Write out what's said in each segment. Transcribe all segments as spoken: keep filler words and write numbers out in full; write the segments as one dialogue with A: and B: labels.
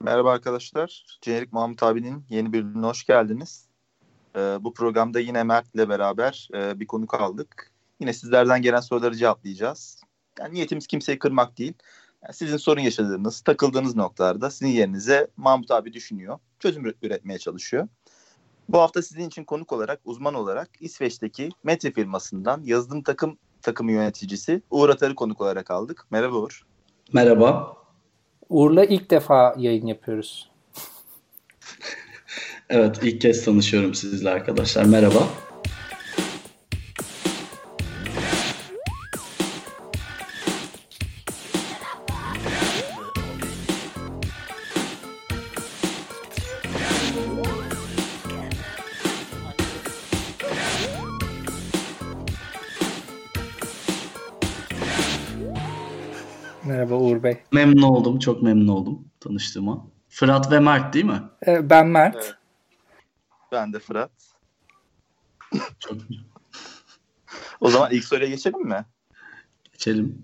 A: Merhaba arkadaşlar. Jenerik Mahmut abinin yeni bölümüne hoş geldiniz. Ee, bu programda yine Mert ile beraber e, bir konuk aldık. Yine sizlerden gelen soruları cevaplayacağız. Yani niyetimiz kimseyi kırmak değil. Yani sizin sorun yaşadığınız, takıldığınız noktalarda sizin yerinize Mahmut abi düşünüyor. Çözüm üretmeye çalışıyor. Bu hafta sizin için konuk olarak, uzman olarak İsveç'teki Metre firmasından yazılım takım takımı yöneticisi Uğur Atar'ı konuk olarak aldık. Merhaba Uğur.
B: Merhaba.
C: Uğur'la ilk defa yayın yapıyoruz.
B: Evet, ilk kez tanışıyorum sizle arkadaşlar. Merhaba.
C: Merhaba Uğur Bey.
B: Memnun oldum, çok memnun oldum tanıştığıma. Fırat ve Mert değil mi?
C: Ee, ben Mert.
A: Evet. Ben de Fırat.
B: Çok
A: O zaman ilk soruya geçelim mi?
B: Geçelim.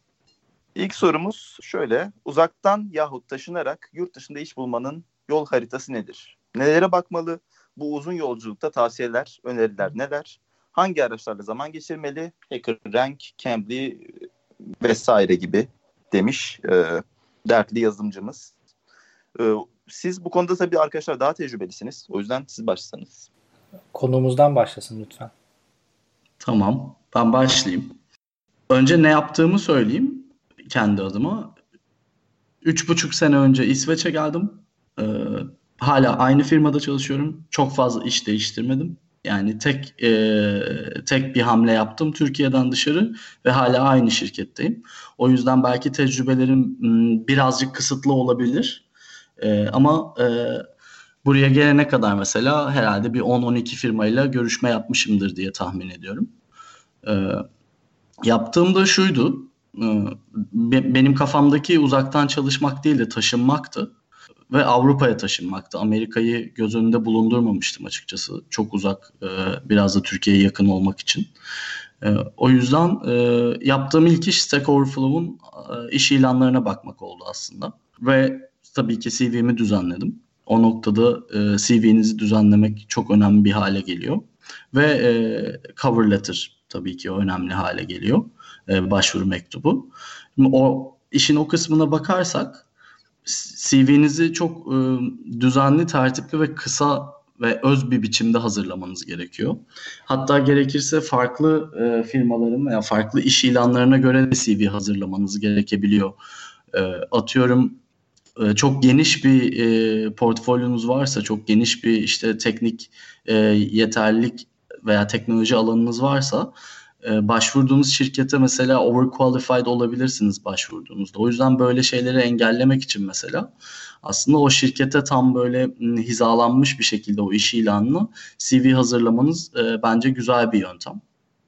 A: İlk sorumuz şöyle. Uzaktan yahut taşınarak yurt dışında iş bulmanın yol haritası nedir? Nelere bakmalı? Bu uzun yolculukta tavsiyeler, öneriler neler? Hangi araçlarla zaman geçirmeli? HackerRank, Cambly vesaire gibi demiş e, dertli yazılımcımız. E, siz bu konuda tabii arkadaşlar daha tecrübelisiniz. O yüzden siz başlasanız.
C: Konuğumuzdan başlasın lütfen.
B: Tamam, ben başlayayım. Önce ne yaptığımı söyleyeyim kendi adıma. Üç buçuk sene önce İsveç'e geldim. Ee, hala aynı firmada çalışıyorum. Çok fazla iş değiştirmedim. Yani tek e, tek bir hamle yaptım Türkiye'den dışarı ve hala aynı şirketteyim. O yüzden belki tecrübelerim m, birazcık kısıtlı olabilir. E, ama e, buraya gelene kadar mesela herhalde bir on on iki firmayla görüşme yapmışımdır diye tahmin ediyorum. E, yaptığım da şuydu. e, be- benim kafamdaki uzaktan çalışmak değil de taşınmaktı. Ve Avrupa'ya taşınmaktı. Amerika'yı göz önünde bulundurmamıştım açıkçası. Çok uzak, e, biraz da Türkiye'ye yakın olmak için. E, o yüzden e, yaptığım ilk iş Stack Overflow'un e, iş ilanlarına bakmak oldu aslında. Ve tabii ki C V'mi düzenledim. O noktada e, C V'nizi düzenlemek çok önemli bir hale geliyor. Ve e, cover letter tabii ki önemli hale geliyor. E, başvuru mektubu. Şimdi o işin o kısmına bakarsak C V'nizi çok e, düzenli, tertipli ve kısa ve öz bir biçimde hazırlamanız gerekiyor. Hatta gerekirse farklı e, firmaların veya farklı iş ilanlarına göre de C V hazırlamanız gerekebiliyor. E, atıyorum e, çok geniş bir e, portfolyonuz varsa, çok geniş bir işte teknik e, yeterlilik veya teknoloji alanınız varsa e, başvurduğunuz şirkete mesela overqualified olabilirsiniz başvurduğunuzda. O yüzden böyle şeyleri engellemek için mesela aslında o şirkete tam böyle m, hizalanmış bir şekilde o iş ilanını C V hazırlamanız e, bence güzel bir yöntem.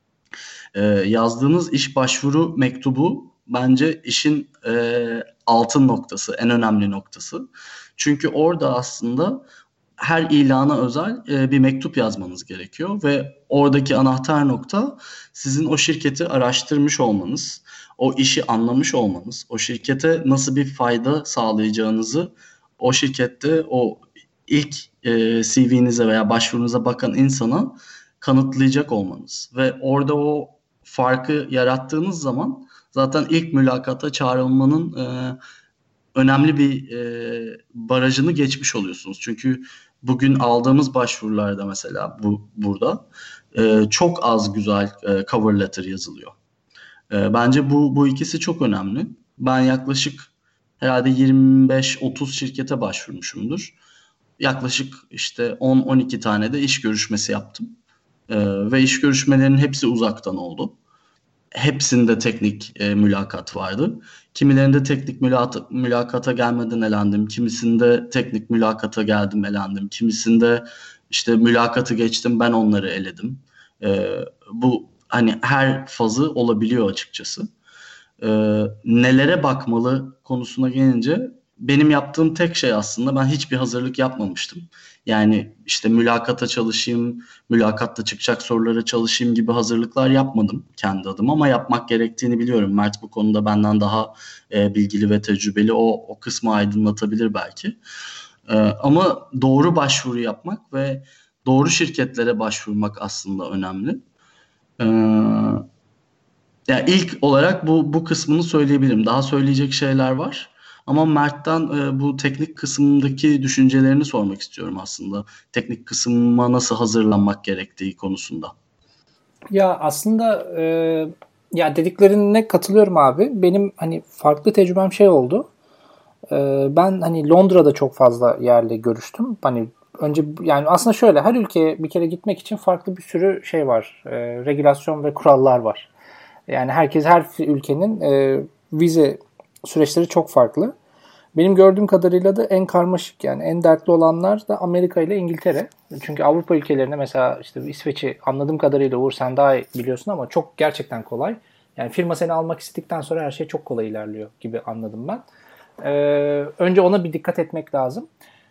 B: E, yazdığınız iş başvuru mektubu bence işin e, altın noktası, en önemli noktası. Çünkü orada aslında her ilana özel e, bir mektup yazmanız gerekiyor ve oradaki anahtar nokta sizin o şirketi araştırmış olmanız, o işi anlamış olmanız, o şirkete nasıl bir fayda sağlayacağınızı o şirkette o ilk e, C V'nize veya başvurunuza bakan insana kanıtlayacak olmanız ve orada o farkı yarattığınız zaman zaten ilk mülakata çağrılmanın e, önemli bir e, barajını geçmiş oluyorsunuz. Çünkü bugün aldığımız başvurularda mesela bu burada e, çok az güzel e, cover letter yazılıyor. E, bence bu bu ikisi çok önemli. Ben yaklaşık herhalde yirmi beş otuz şirkete başvurmuşumdur. Yaklaşık işte on on iki tane de iş görüşmesi yaptım. E, ve iş görüşmelerinin hepsi uzaktan oldu. Hepsinde teknik e, mülakat vardı. Kimilerinde teknik mülakat, mülakata gelmeden elendim. Kimisinde teknik mülakata geldim, elendim. Kimisinde işte mülakatı geçtim, ben onları eledim. E, bu hani her fazı olabiliyor açıkçası. E, nelere bakmalı konusuna gelince benim yaptığım tek şey aslında ben hiçbir hazırlık yapmamıştım. Yani işte mülakata çalışayım, mülakatta çıkacak sorulara çalışayım gibi hazırlıklar yapmadım kendi adıma ama yapmak gerektiğini biliyorum. Mert bu konuda benden daha e, bilgili ve tecrübeli. O, o kısmı aydınlatabilir belki. E, ama doğru başvuru yapmak ve doğru şirketlere başvurmak aslında önemli. E, yani ilk olarak bu bu kısmını söyleyebilirim. Daha söyleyecek şeyler var. Ama Mert'ten e, bu teknik kısımdaki düşüncelerini sormak istiyorum aslında. Teknik kısma nasıl hazırlanmak gerektiği konusunda.
C: Ya aslında e, ya dediklerine katılıyorum abi. Benim hani farklı tecrübem şey oldu. E, ben hani Londra'da çok fazla yerle görüştüm. Hani önce yani aslında şöyle her ülkeye bir kere gitmek için farklı bir sürü şey var. E, regülasyon ve kurallar var. Yani herkes her ülkenin e, vize süreçleri çok farklı. Benim gördüğüm kadarıyla da en karmaşık yani en dertli olanlar da Amerika ile İngiltere. Çünkü Avrupa ülkelerinde mesela işte İsveç'i anladığım kadarıyla Uğur sen daha iyi biliyorsun ama çok gerçekten kolay. Yani firma seni almak istedikten sonra her şey çok kolay ilerliyor gibi anladım ben. Ee, önce ona bir dikkat etmek lazım.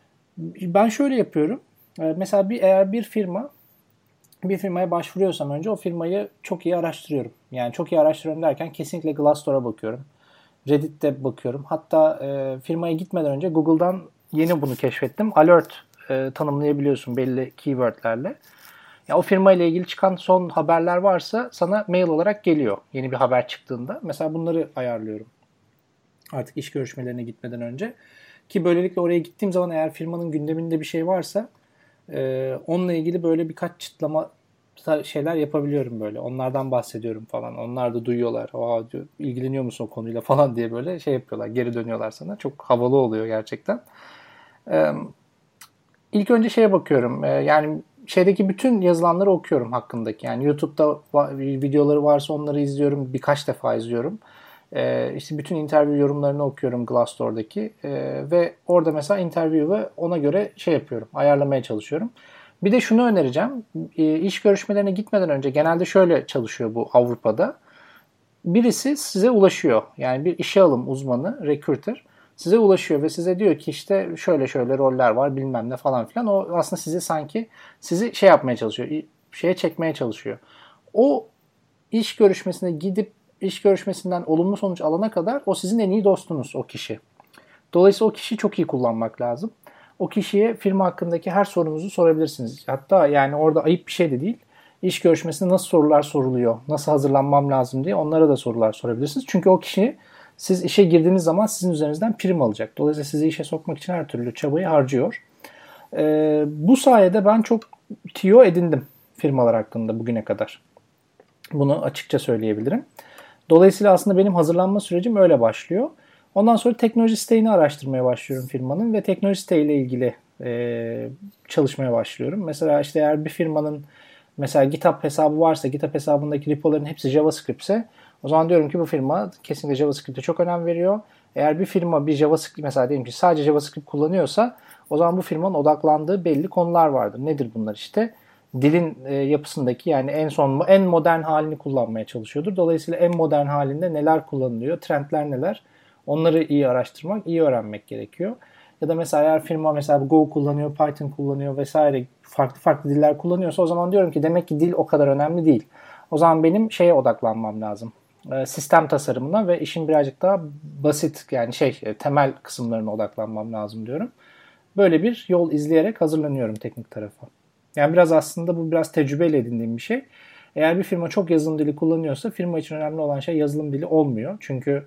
C: Ben şöyle yapıyorum. Ee, mesela bir eğer bir firma bir firmaya başvuruyorsam önce o firmayı çok iyi araştırıyorum. Yani çok iyi araştırıyorum derken kesinlikle Glassdoor'a bakıyorum. Reddit'te bakıyorum. Hatta e, firmaya gitmeden önce Google'dan yeni bunu keşfettim. Alert e, tanımlayabiliyorsun belli keywordlerle. Ya o firma ile ilgili çıkan son haberler varsa sana mail olarak geliyor. Yeni bir haber çıktığında. Mesela bunları ayarlıyorum. Artık iş görüşmelerine gitmeden önce. Ki böylelikle oraya gittiğim zaman eğer firmanın gündeminde bir şey varsa e, onunla ilgili böyle birkaç çıtlama şeyler yapabiliyorum böyle. Onlardan bahsediyorum falan. Onlar da duyuyorlar. Aa diyor, ilgileniyor musun o konuyla falan diye böyle şey yapıyorlar. Geri dönüyorlar sana. Çok havalı oluyor gerçekten. Ee, ilk önce şeye bakıyorum. Ee, yani şeydeki bütün yazılanları okuyorum hakkındaki. Yani YouTube'da videoları varsa onları izliyorum. Birkaç defa izliyorum. Ee, işte bütün interview yorumlarını okuyorum Glassdoor'daki. Ee, ve orada mesela interview'ı ona göre şey yapıyorum. Ayarlamaya çalışıyorum. Bir de şunu önereceğim. İş görüşmelerine gitmeden önce genelde şöyle çalışıyor bu Avrupa'da. Birisi size ulaşıyor. Yani bir işe alım uzmanı, recruiter size ulaşıyor ve size diyor ki işte şöyle şöyle roller var bilmem ne falan filan. O aslında sizi sanki sizi şey yapmaya çalışıyor. Şeye çekmeye çalışıyor. O iş görüşmesine gidip iş görüşmesinden olumlu sonuç alana kadar o sizin en iyi dostunuz o kişi. Dolayısıyla o kişiyi çok iyi kullanmak lazım. O kişiye firma hakkındaki her sorunuzu sorabilirsiniz. Hatta yani orada ayıp bir şey de değil. İş görüşmesinde nasıl sorular soruluyor, nasıl hazırlanmam lazım diye onlara da sorular sorabilirsiniz. Çünkü o kişi siz işe girdiğiniz zaman sizin üzerinizden prim alacak. Dolayısıyla sizi işe sokmak için her türlü çabayı harcıyor. Ee, bu sayede ben çok tiyo edindim firmalar hakkında bugüne kadar. Bunu açıkça söyleyebilirim. Dolayısıyla aslında benim hazırlanma sürecim öyle başlıyor. Ondan sonra teknoloji siteyi araştırmaya başlıyorum firmanın ve teknoloji siteyle ilgili e, çalışmaya başlıyorum. Mesela işte eğer bir firmanın mesela GitHub hesabı varsa, GitHub hesabındaki repoların hepsi JavaScript ise o zaman diyorum ki bu firma kesinlikle JavaScript'e çok önem veriyor. Eğer bir firma bir JavaScript mesela diyelim ki sadece JavaScript kullanıyorsa o zaman bu firmanın odaklandığı belli konular vardır. Nedir bunlar işte? Dilin e, yapısındaki yani en son en modern halini kullanmaya çalışıyordur. Dolayısıyla en modern halinde neler kullanılıyor, trendler neler? Onları iyi araştırmak, iyi öğrenmek gerekiyor. Ya da mesela eğer firma mesela Go kullanıyor, Python kullanıyor vesaire farklı farklı diller kullanıyorsa o zaman diyorum ki demek ki dil o kadar önemli değil. O zaman benim şeye odaklanmam lazım. Sistem tasarımına ve işin birazcık daha basit yani şey temel kısımlarına odaklanmam lazım diyorum. Böyle bir yol izleyerek hazırlanıyorum teknik tarafa. Yani biraz aslında bu biraz tecrübeyle edindiğim bir şey. Eğer bir firma çok yazılım dili kullanıyorsa firma için önemli olan şey yazılım dili olmuyor. Çünkü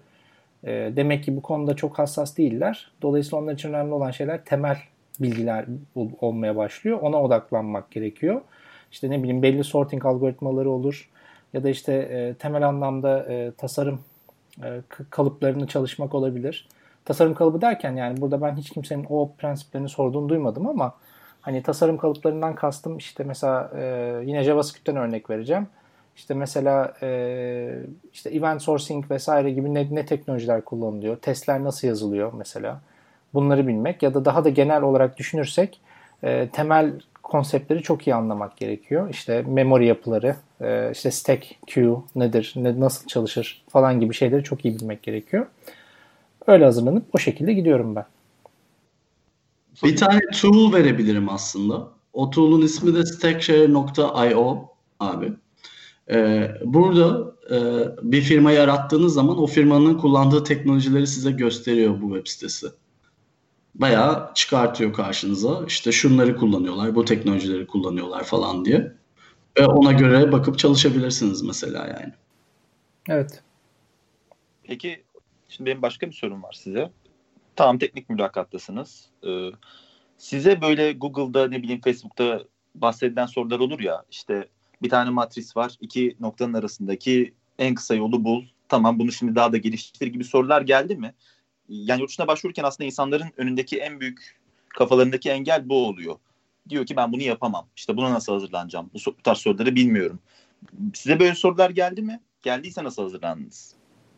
C: e, demek ki bu konuda çok hassas değiller. Dolayısıyla onlar için önemli olan şeyler temel bilgiler olmaya başlıyor. Ona odaklanmak gerekiyor. İşte ne bileyim belli sorting algoritmaları olur. Ya da işte e, temel anlamda e, tasarım e, kalıplarını çalışmak olabilir. Tasarım kalıbı derken yani burada ben hiç kimsenin o prensiplerini sorduğunu duymadım ama hani tasarım kalıplarından kastım işte mesela e, yine JavaScript'ten örnek vereceğim. İşte mesela e, işte event sourcing vesaire gibi ne, ne teknolojiler kullanılıyor? Testler nasıl yazılıyor mesela? Bunları bilmek ya da daha da genel olarak düşünürsek e, temel konseptleri çok iyi anlamak gerekiyor. İşte memory yapıları, e, işte stack queue nedir, ne, nasıl çalışır falan gibi şeyleri çok iyi bilmek gerekiyor. Öyle hazırlanıp o şekilde gidiyorum ben.
B: Bir tane tool verebilirim aslında. O tool'un ismi de stackshare nokta io abi. Ee, burada e, bir firmayı yarattığınız zaman o firmanın kullandığı teknolojileri size gösteriyor bu web sitesi. Bayağı çıkartıyor karşınıza. İşte şunları kullanıyorlar, bu teknolojileri kullanıyorlar falan diye. Ve ona göre bakıp çalışabilirsiniz mesela yani.
C: Evet.
A: Peki şimdi benim başka bir sorum var size. Tamam, teknik mülakattasınız. Ee, size böyle Google'da, ne bileyim Facebook'ta bahsedilen sorular olur ya, işte bir tane matris var, iki noktanın arasındaki en kısa yolu bul. Tamam, bunu şimdi daha da geliştir gibi sorular geldi mi? Yani yurt dışına başvururken aslında insanların önündeki en büyük, kafalarındaki engel bu oluyor. Diyor ki ben bunu yapamam. İşte buna nasıl hazırlanacağım? Bu, bu tarz soruları bilmiyorum. Size böyle sorular geldi mi? Geldiyse nasıl hazırlandınız?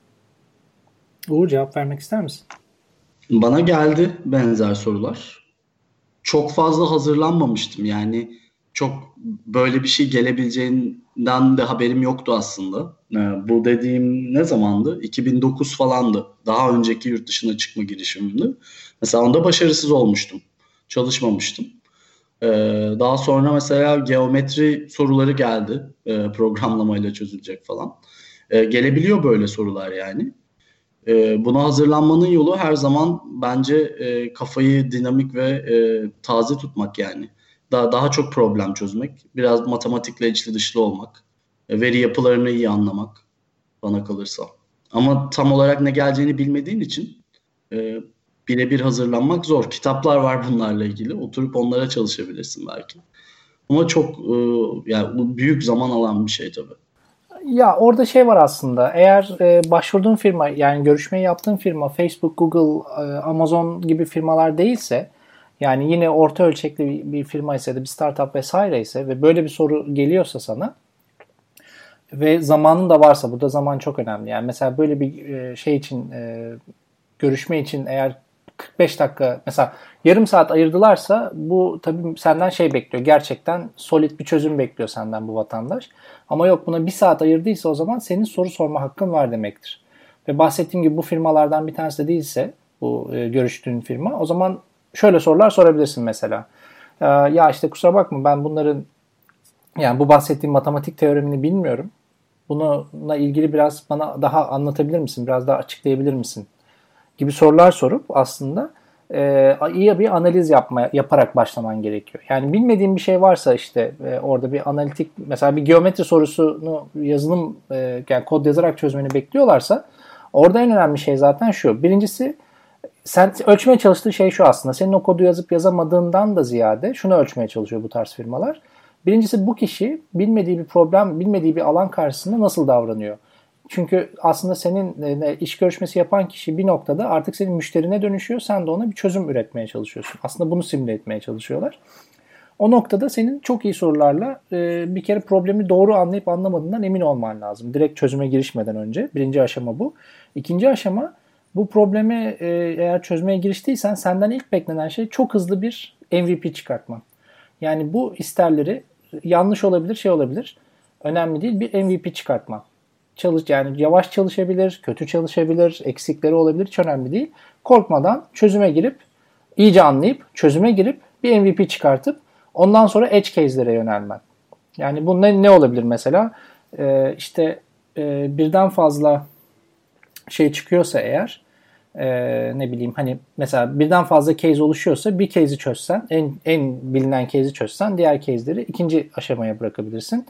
C: Uğur, cevap vermek ister misin?
B: Bana geldi benzer sorular. Çok fazla hazırlanmamıştım. Yani çok böyle bir şey gelebileceğinden de haberim yoktu aslında. Ee, bu dediğim ne zamandı? iki bin dokuz falandı. Daha önceki yurt dışına çıkma girişimimdi. Mesela onda başarısız olmuştum. Çalışmamıştım. Ee, daha sonra mesela geometri soruları geldi. Ee, programlamayla çözülecek falan. Ee, gelebiliyor böyle sorular yani. Ee, buna hazırlanmanın yolu her zaman bence e, kafayı dinamik ve e, taze tutmak yani. Daha daha çok problem çözmek, biraz matematikle içli dışlı olmak, e, veri yapılarını iyi anlamak bana kalırsa. Ama tam olarak ne geleceğini bilmediğin için e, birebir hazırlanmak zor. Kitaplar var bunlarla ilgili. Oturup onlara çalışabilirsin belki. Ama çok e, yani bu büyük zaman alan bir şey tabii.
C: Ya orada şey var aslında. Eğer e, başvurduğun firma, yani görüşmeyi yaptığın firma Facebook, Google, e, Amazon gibi firmalar değilse, yani yine orta ölçekli bir, bir firma ise de bir startup vesaire ise ve böyle bir soru geliyorsa sana ve zamanın da varsa, burada zaman çok önemli. Yani mesela böyle bir e, şey için, e, görüşme için eğer kırk beş dakika, mesela yarım saat ayırdılarsa, bu tabii senden şey bekliyor. Gerçekten solid bir çözüm bekliyor senden bu vatandaş. Ama yok, buna bir saat ayırdıysa o zaman senin soru sorma hakkın var demektir. Ve bahsettiğim gibi bu firmalardan bir tanesi de değilse bu e, görüştüğün firma, o zaman şöyle sorular sorabilirsin mesela. E, ya işte kusura bakma, ben bunların, yani bu bahsettiğim matematik teoremini bilmiyorum. Bununla ilgili biraz bana daha anlatabilir misin? Biraz daha açıklayabilir misin? Gibi sorular sorup aslında e, iyi bir analiz yapmaya, yaparak başlaman gerekiyor. Yani bilmediğin bir şey varsa işte e, orada bir analitik, mesela bir geometri sorusunu yazılım e, yani kod yazarak çözmeni bekliyorlarsa, orada en önemli şey zaten şu. Birincisi, sen ölçmeye çalıştığı şey şu aslında. Senin o kodu yazıp yazamadığından da ziyade şunu ölçmeye çalışıyor bu tarz firmalar. Birincisi, bu kişi bilmediği bir problem, bilmediği bir alan karşısında nasıl davranıyor? Çünkü aslında senin iş görüşmesi yapan kişi bir noktada artık senin müşterine dönüşüyor. Sen de ona bir çözüm üretmeye çalışıyorsun. Aslında bunu simüle etmeye çalışıyorlar. O noktada senin çok iyi sorularla bir kere problemi doğru anlayıp anlamadığından emin olman lazım. Direkt çözüme girişmeden önce. Birinci aşama bu. İkinci aşama, bu problemi eğer çözmeye giriştiysen senden ilk beklenen şey çok hızlı bir M V P çıkartman. Yani bu isterleri yanlış olabilir, şey olabilir. Önemli değil, bir M V P çıkartman. Çalış, yani yavaş çalışabilir, kötü çalışabilir, eksikleri olabilir, hiç önemli değil. Korkmadan çözüme girip, iyice anlayıp, çözüme girip bir M V P çıkartıp ondan sonra edge case'lere yönelmen. Yani bu ne, ne olabilir mesela? Ee, işte e, birden fazla şey çıkıyorsa eğer, e, ne bileyim hani mesela birden fazla case oluşuyorsa bir case'i çözsen, en, en bilinen case'i çözsen, diğer case'leri ikinci aşamaya bırakabilirsin.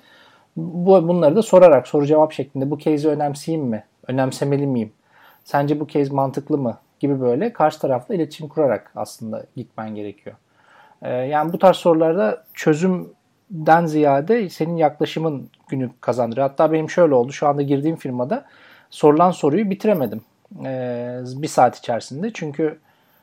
C: Bu, bunları da sorarak, soru cevap şeklinde, bu case'i önemseyeyim mi? Önemsemeli miyim? Sence bu case mantıklı mı? Gibi böyle karşı tarafla iletişim kurarak aslında gitmen gerekiyor. Ee, yani bu tarz sorularda çözümden ziyade senin yaklaşımın günü kazandırır. Hatta benim şöyle oldu. Şu anda girdiğim firmada sorulan soruyu bitiremedim. Ee, bir saat içerisinde. Çünkü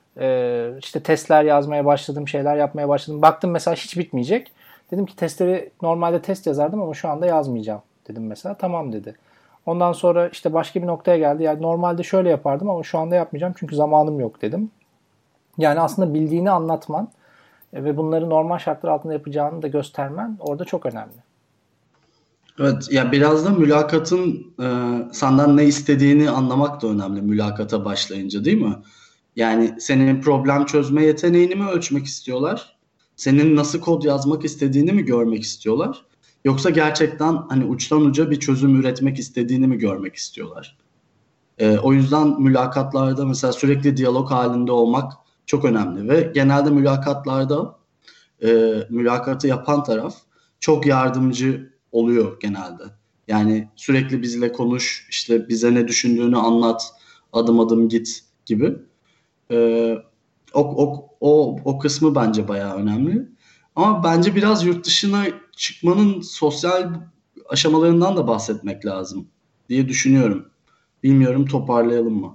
C: e, işte testler yazmaya başladım, şeyler yapmaya başladım. Baktım mesela hiç bitmeyecek. Dedim ki testleri normalde test yazardım ama şu anda yazmayacağım dedim mesela. Tamam dedi. Ondan sonra işte başka bir noktaya geldi. Yani normalde şöyle yapardım ama şu anda yapmayacağım çünkü zamanım yok dedim. Yani aslında bildiğini anlatman ve bunları normal şartlar altında yapacağını da göstermen orada çok önemli.
B: Evet, ya biraz da mülakatın e, senden ne istediğini anlamak da önemli mülakata başlayınca, değil mi? Yani senin problem çözme yeteneğini mi ölçmek istiyorlar? Senin nasıl kod yazmak istediğini mi görmek istiyorlar? Yoksa gerçekten hani uçtan uca bir çözüm üretmek istediğini mi görmek istiyorlar? E, o yüzden mülakatlarda mesela sürekli diyalog halinde olmak çok önemli ve genelde mülakatlarda e, mülakatı yapan taraf çok yardımcı oluyor genelde. Yani sürekli bizle konuş, işte bize ne düşündüğünü anlat, adım adım git gibi. E, o, o, o, o kısmı bence bayağı önemli. Ama bence biraz yurt dışına çıkmanın sosyal aşamalarından da bahsetmek lazım diye düşünüyorum. Bilmiyorum, toparlayalım mı?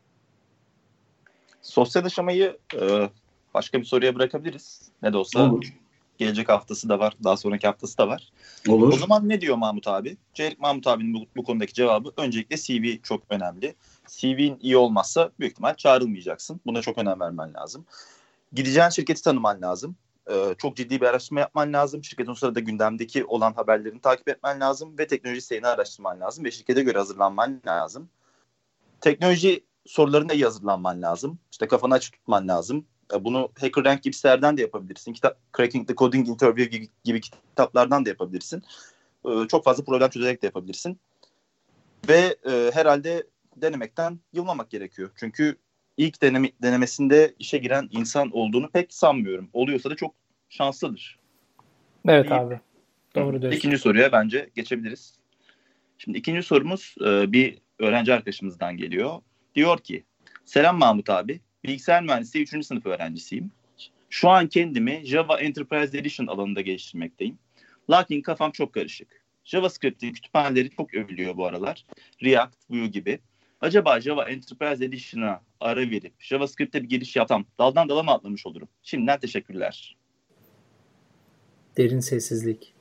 A: Sosyal aşamayı e, başka bir soruya bırakabiliriz. Ne de olsa
B: Olur.
A: gelecek haftası da var, daha sonraki haftası da var. O
B: Olur.
A: zaman ne diyor Mahmut abi? Çeyrek Mahmut abinin bu, bu konudaki cevabı öncelikle C V çok önemli. C V'nin iyi olmazsa büyük ihtimal çağrılmayacaksın. Buna çok önem vermen lazım. Gideceğin şirketi tanıman lazım. Ee, çok ciddi bir araştırma yapman lazım. Şirketin o sırada gündemdeki olan haberlerini takip etmen lazım ve teknoloji isteğini araştırman lazım ve şirkete göre hazırlanman lazım. Teknoloji sorularına iyi hazırlanman lazım. İşte kafanı açık tutman lazım. Bunu HackerRank gibi sitelerden de yapabilirsin. Kitap, Cracking the Coding Interview gibi, gibi kitaplardan da yapabilirsin. Ee, çok fazla problem çözerek de yapabilirsin. Ve e, herhalde denemekten yılmamak gerekiyor. Çünkü ilk deneme, denemesinde işe giren insan olduğunu pek sanmıyorum. Oluyorsa da çok şanslıdır.
C: Evet
A: deyip,
C: abi. Doğru diyorsun.
A: İkinci soruya bence geçebiliriz. Şimdi ikinci sorumuz e, bir öğrenci arkadaşımızdan geliyor. Diyor ki, selam Mahmut abi. Bilgisayar mühendisliği üçüncü sınıf öğrencisiyim. Şu an kendimi Java Enterprise Edition alanında geliştirmekteyim. Lakin kafam çok karışık. JavaScript'in kütüphaneleri çok övülüyor bu aralar. React, Vue gibi. Acaba Java Enterprise Edition'a ara verip JavaScript'te bir giriş yapsam daldan dala mı atlamış olurum? Şimdiden teşekkürler.
C: Derin sessizlik.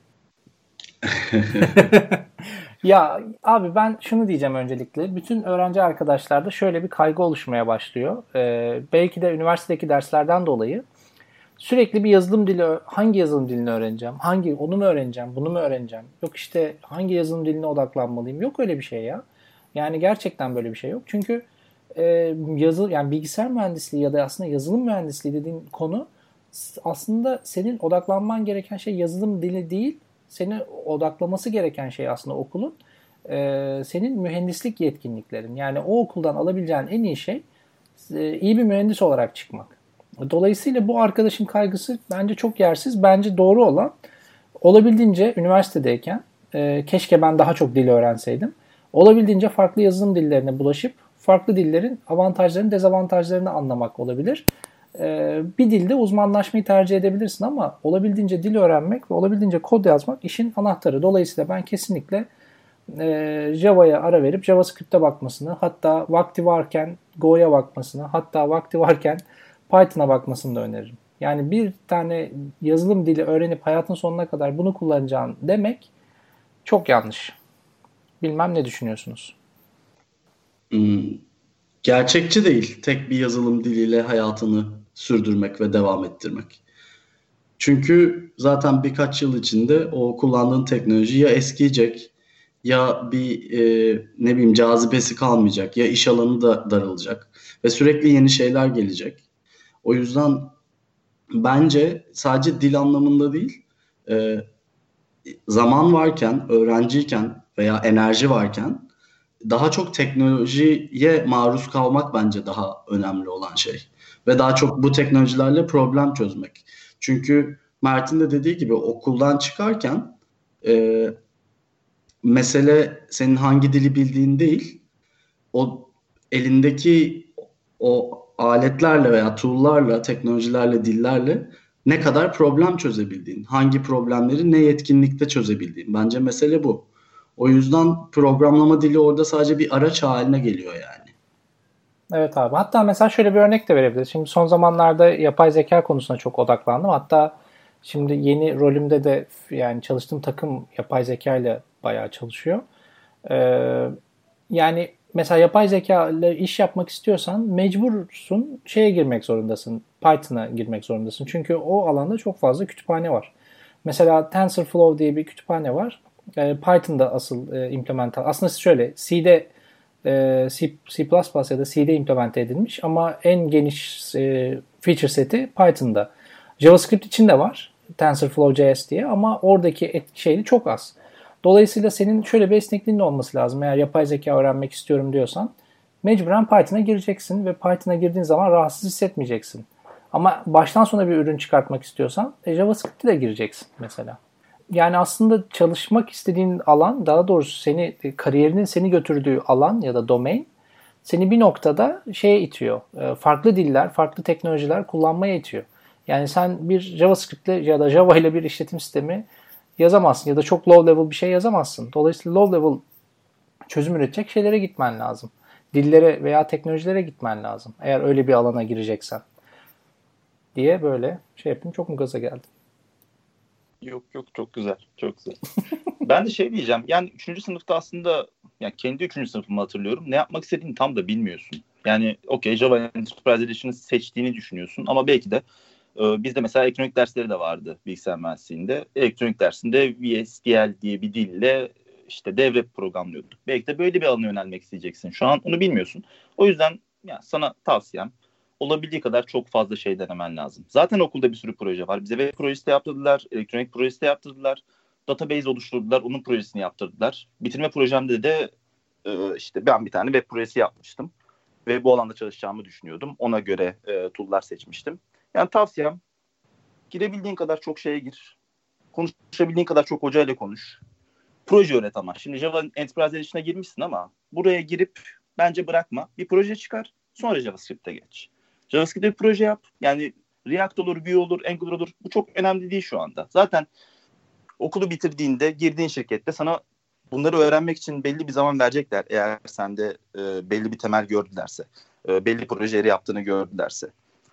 C: Ya abi ben şunu diyeceğim öncelikle. Bütün öğrenci arkadaşlarda şöyle bir kaygı oluşmaya başlıyor. Ee, belki de üniversitedeki derslerden dolayı sürekli bir yazılım dili, hangi yazılım dilini öğreneceğim? Hangi, onu mu öğreneceğim? Bunu mu öğreneceğim? Yok işte hangi yazılım diline odaklanmalıyım? Yok öyle bir şey ya. Yani gerçekten böyle bir şey yok. Çünkü e, yazı yani bilgisayar mühendisliği ya da aslında yazılım mühendisliği dediğin konu aslında senin odaklanman gereken şey yazılım dili değil. Seni odaklaması gereken şey aslında okulun e, senin mühendislik yetkinliklerin. Yani o okuldan alabileceğin en iyi şey e, iyi bir mühendis olarak çıkmak. Dolayısıyla bu arkadaşın kaygısı bence çok yersiz. Bence doğru olan olabildiğince üniversitedeyken e, keşke ben daha çok dil öğrenseydim. Olabildiğince farklı yazılım dillerine bulaşıp farklı dillerin avantajlarını, dezavantajlarını anlamak olabilir. E, bir dilde uzmanlaşmayı tercih edebilirsin ama olabildiğince dil öğrenmek ve olabildiğince kod yazmak işin anahtarı. Dolayısıyla ben kesinlikle e, Java'ya ara verip JavaScript'e bakmasını, hatta vakti varken Go'ya bakmasını, hatta vakti varken Python'a bakmasını da öneririm. Yani bir tane yazılım dili öğrenip hayatın sonuna kadar bunu kullanacağın demek çok yanlış. Bilmem ne düşünüyorsunuz?
B: Hmm. Gerçekçi değil tek bir yazılım diliyle hayatını sürdürmek ve devam ettirmek. Çünkü zaten birkaç yıl içinde o kullandığın teknoloji ya eskiyecek ya bir e, ne bileyim cazibesi kalmayacak ya iş alanı da daralacak ve sürekli yeni şeyler gelecek. O yüzden bence sadece dil anlamında değil, e, zaman varken, öğrenciyken veya enerji varken daha çok teknolojiye maruz kalmak bence daha önemli olan şey. Ve daha çok bu teknolojilerle problem çözmek. Çünkü Mert'in de dediği gibi okuldan çıkarken e, mesele senin hangi dili bildiğin değil, o elindeki o aletlerle veya tool'larla, teknolojilerle, dillerle ne kadar problem çözebildiğin, hangi problemleri ne yetkinlikte çözebildiğin. Bence mesele bu. O yüzden programlama dili orada sadece bir araç haline geliyor yani.
C: Evet abi. Hatta mesela şöyle bir örnek de verebiliriz. Şimdi son zamanlarda yapay zeka konusuna çok odaklandım. Hatta şimdi yeni rolümde de yani çalıştığım takım yapay zeka ile bayağı çalışıyor. Ee, yani mesela yapay zeka ile iş yapmak istiyorsan mecbursun şeye girmek zorundasın. Python'a girmek zorundasın. Çünkü o alanda çok fazla kütüphane var. Mesela TensorFlow diye bir kütüphane var. E, Python'da asıl e, implementasyon. Aslında şöyle C'de e, C, C++ ya da C'de implemente edilmiş ama en geniş e, feature seti Python'da. JavaScript için de var. TensorFlow.js diye ama oradaki et, şeyi çok az. Dolayısıyla senin şöyle bir esnekliğin de olması lazım. Eğer yapay zeka öğrenmek istiyorum diyorsan mecburen Python'a gireceksin ve Python'a girdiğin zaman rahatsız hissetmeyeceksin. Ama baştan sona bir ürün çıkartmak istiyorsan e, JavaScript'e de gireceksin mesela. Yani aslında çalışmak istediğin alan, daha doğrusu seni kariyerinin seni götürdüğü alan ya da domain seni bir noktada şeye itiyor. Farklı diller, farklı teknolojiler kullanmaya itiyor. Yani sen bir JavaScript'le ya da Java ile bir işletim sistemi yazamazsın ya da çok low level bir şey yazamazsın. Dolayısıyla low level çözüm üretecek şeylere gitmen lazım. Dillere veya teknolojilere gitmen lazım. Eğer öyle bir alana gireceksen. Diye böyle şey yapayım. Çok mu gaza geldim?
A: Yok yok çok güzel. Çok güzel. Ben de şey diyeceğim. Yani üçüncü sınıfta aslında yani kendi üçüncü sınıfımı hatırlıyorum. Ne yapmak istediğini tam da bilmiyorsun. Yani okey Java Enterprise Edition'ı seçtiğini düşünüyorsun ama belki de e, bizde mesela elektronik dersleri de vardı bilgisayar mühendisliğinde. Elektronik dersinde V S D L diye bir dille işte devre programlıyorduk. Belki de böyle bir alana yönelmek isteyeceksin. Şu an onu bilmiyorsun. O yüzden ya sana tavsiyem olabildiği kadar çok fazla şey denemen lazım. Zaten okulda bir sürü proje var. Bize web projesi de yaptırdılar, elektronik projesi de yaptırdılar. Database oluşturdular, onun projesini yaptırdılar. Bitirme projemde de e, işte ben bir tane web projesi yapmıştım. Ve bu alanda çalışacağımı düşünüyordum. Ona göre e, tool'lar seçmiştim. Yani tavsiyem girebildiğin kadar çok şeye gir. Konuşabildiğin kadar çok hocayla konuş. Proje öğret ama. Şimdi Java Enterprise Edition'a girmişsin ama buraya girip bence bırakma. Bir proje çıkar, sonra JavaScript'e geç. JavaScript'te bir proje yap. Yani React olur, Vue olur, Angular olur. Bu çok önemli değil şu anda. Zaten okulu bitirdiğinde girdiğin şirkette sana bunları öğrenmek için belli bir zaman verecekler. Eğer sende e, belli bir temel gördülerse, e, belli projeleri yaptığını gördülerse.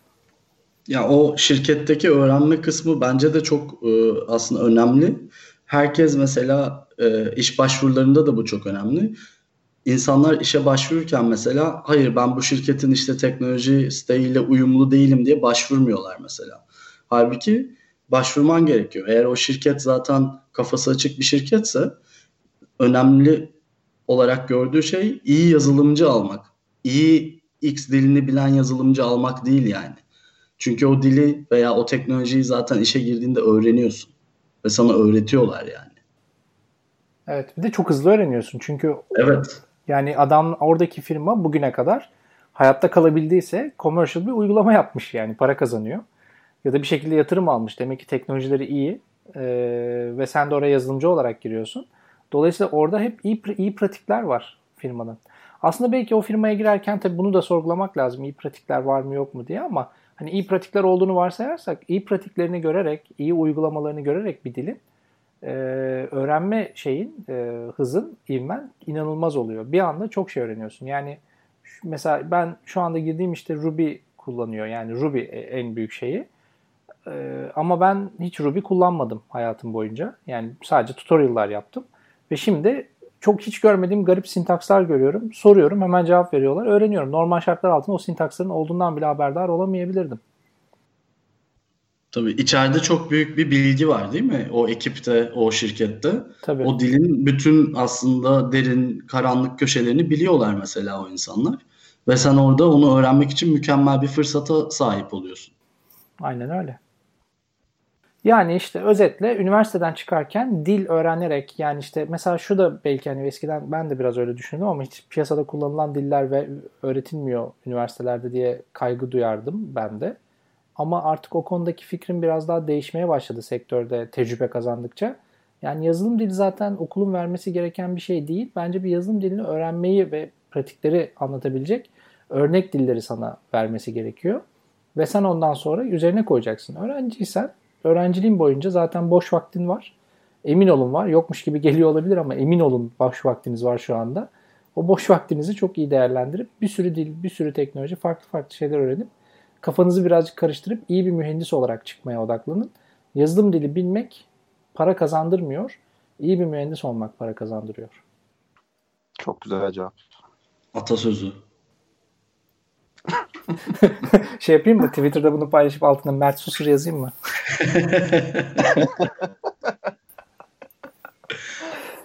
B: Ya o şirketteki öğrenme kısmı bence de çok e, aslında önemli. Herkes mesela e, iş başvurularında da bu çok önemli. İnsanlar işe başvururken mesela hayır ben bu şirketin işte teknoloji steğiyle uyumlu değilim diye başvurmuyorlar mesela. Halbuki başvurman gerekiyor. Eğer o şirket zaten kafası açık bir şirketse önemli olarak gördüğü şey iyi yazılımcı almak. İyi X dilini bilen yazılımcı almak değil yani. Çünkü o dili veya o teknolojiyi zaten işe girdiğinde öğreniyorsun. Ve sana öğretiyorlar yani.
C: Evet, bir de çok hızlı öğreniyorsun. Çünkü
B: evet.
C: Yani adam oradaki firma bugüne kadar hayatta kalabildiyse commercial bir uygulama yapmış yani para kazanıyor. Ya da bir şekilde yatırım almış. Demek ki teknolojileri iyi ee, ve sen de oraya yazılımcı olarak giriyorsun. Dolayısıyla orada hep iyi, iyi pratikler var firmanın. Aslında belki o firmaya girerken tabii bunu da sorgulamak lazım. İyi pratikler var mı yok mu diye ama hani iyi pratikler olduğunu varsayarsak iyi pratiklerini görerek, iyi uygulamalarını görerek bir dilin Ee, öğrenme şeyin e, hızın, ivmen inanılmaz oluyor. Bir anda çok şey öğreniyorsun. Yani şu, mesela ben şu anda girdiğim işte Ruby kullanıyor. Yani Ruby en büyük şeyi. Ee, ama ben hiç Ruby kullanmadım hayatım boyunca. Yani sadece tutorial'lar yaptım. Ve şimdi çok hiç görmediğim garip sintakslar görüyorum. Soruyorum, hemen cevap veriyorlar. Öğreniyorum. Normal şartlar altında o sintaksların olduğundan bile haberdar olamayabilirdim.
B: Tabii içeride çok büyük bir bilgi var değil mi? O ekipte, o şirkette.
C: Tabii.
B: O dilin bütün aslında derin, karanlık köşelerini biliyorlar mesela o insanlar. Ve sen orada onu öğrenmek için mükemmel bir fırsata sahip oluyorsun.
C: Aynen öyle. Yani işte özetle üniversiteden çıkarken dil öğrenerek yani işte mesela şu da belki hani eskiden ben de biraz öyle düşündüm ama hiç piyasada kullanılan diller ve öğretilmiyor üniversitelerde diye kaygı duyardım ben de. Ama artık o konudaki fikrim biraz daha değişmeye başladı sektörde tecrübe kazandıkça. Yani yazılım dili zaten okulun vermesi gereken bir şey değil. Bence bir yazılım dilini öğrenmeyi ve pratikleri anlatabilecek örnek dilleri sana vermesi gerekiyor. Ve sen ondan sonra üzerine koyacaksın. Öğrenciysen öğrenciliğin boyunca zaten boş vaktin var. Emin olun var. Yokmuş gibi geliyor olabilir ama emin olun boş vaktiniz var şu anda. O boş vaktinizi çok iyi değerlendirip bir sürü dil, bir sürü teknoloji, farklı farklı şeyler öğrenip kafanızı birazcık karıştırıp iyi bir mühendis olarak çıkmaya odaklanın. Yazılım dili bilmek para kazandırmıyor. İyi bir mühendis olmak para kazandırıyor.
A: Çok güzel cevap.
B: Atasözü.
C: Şey yapayım mı? Twitter'da bunu paylaşıp altına Mert Susur yazayım mı?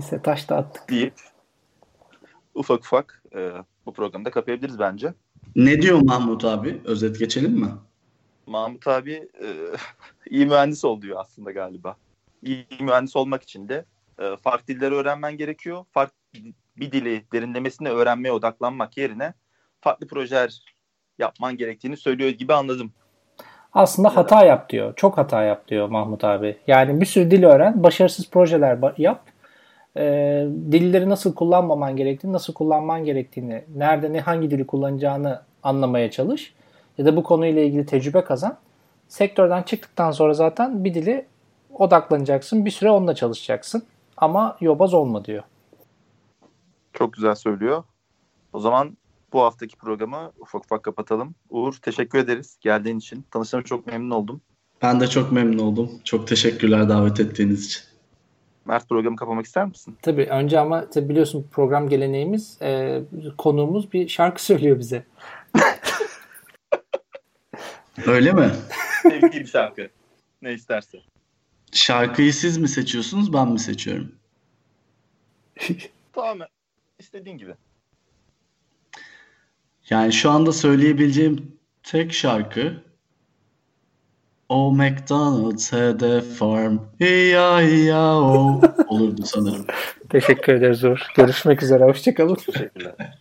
C: Neyse taş da attık.
A: Deyip ufak ufak e, bu programı da kapayabiliriz bence.
B: Ne diyor Mahmut abi? Özet geçelim mi?
A: Mahmut abi e, iyi mühendis ol diyor aslında galiba. İyi mühendis olmak için de e, farklı dilleri öğrenmen gerekiyor. Farklı bir dili derinlemesine öğrenmeye odaklanmak yerine farklı projeler yapman gerektiğini söylüyor gibi anladım.
C: Aslında hata yap diyor. Çok hata yap diyor Mahmut abi. Yani bir sürü dil öğren, başarısız projeler yap. E, dilleri nasıl kullanmaman gerektiğini, nasıl kullanman gerektiğini, nerede ne hangi dili kullanacağını anlamaya çalış. Ya da bu konuyla ilgili tecrübe kazan. Sektörden çıktıktan sonra zaten bir dili odaklanacaksın. Bir süre onunla çalışacaksın. Ama yobaz olma diyor.
A: Çok güzel söylüyor. O zaman bu haftaki programı ufak ufak kapatalım. Uğur, teşekkür ederiz geldiğin için. Tanıştığıma çok memnun oldum.
B: Ben de çok memnun oldum. Çok teşekkürler davet ettiğiniz için.
A: Mert, programı kapamak ister misin?
C: Tabii önce ama tabii biliyorsun program geleneğimiz e, konuğumuz bir şarkı söylüyor bize.
B: Öyle mi?
A: Sevdiği bir şarkı. Ne isterse.
B: Şarkıyı siz mi seçiyorsunuz, ben mi seçiyorum?
A: Tamamen istediğin gibi.
B: Yani şu anda söyleyebileceğim tek şarkı O McDonald's had a farm. İya iya o olurdu sanırım.
C: Teşekkür ederiz Uğur. Görüşmek üzere. Hoşçakalın.
A: Teşekkürler.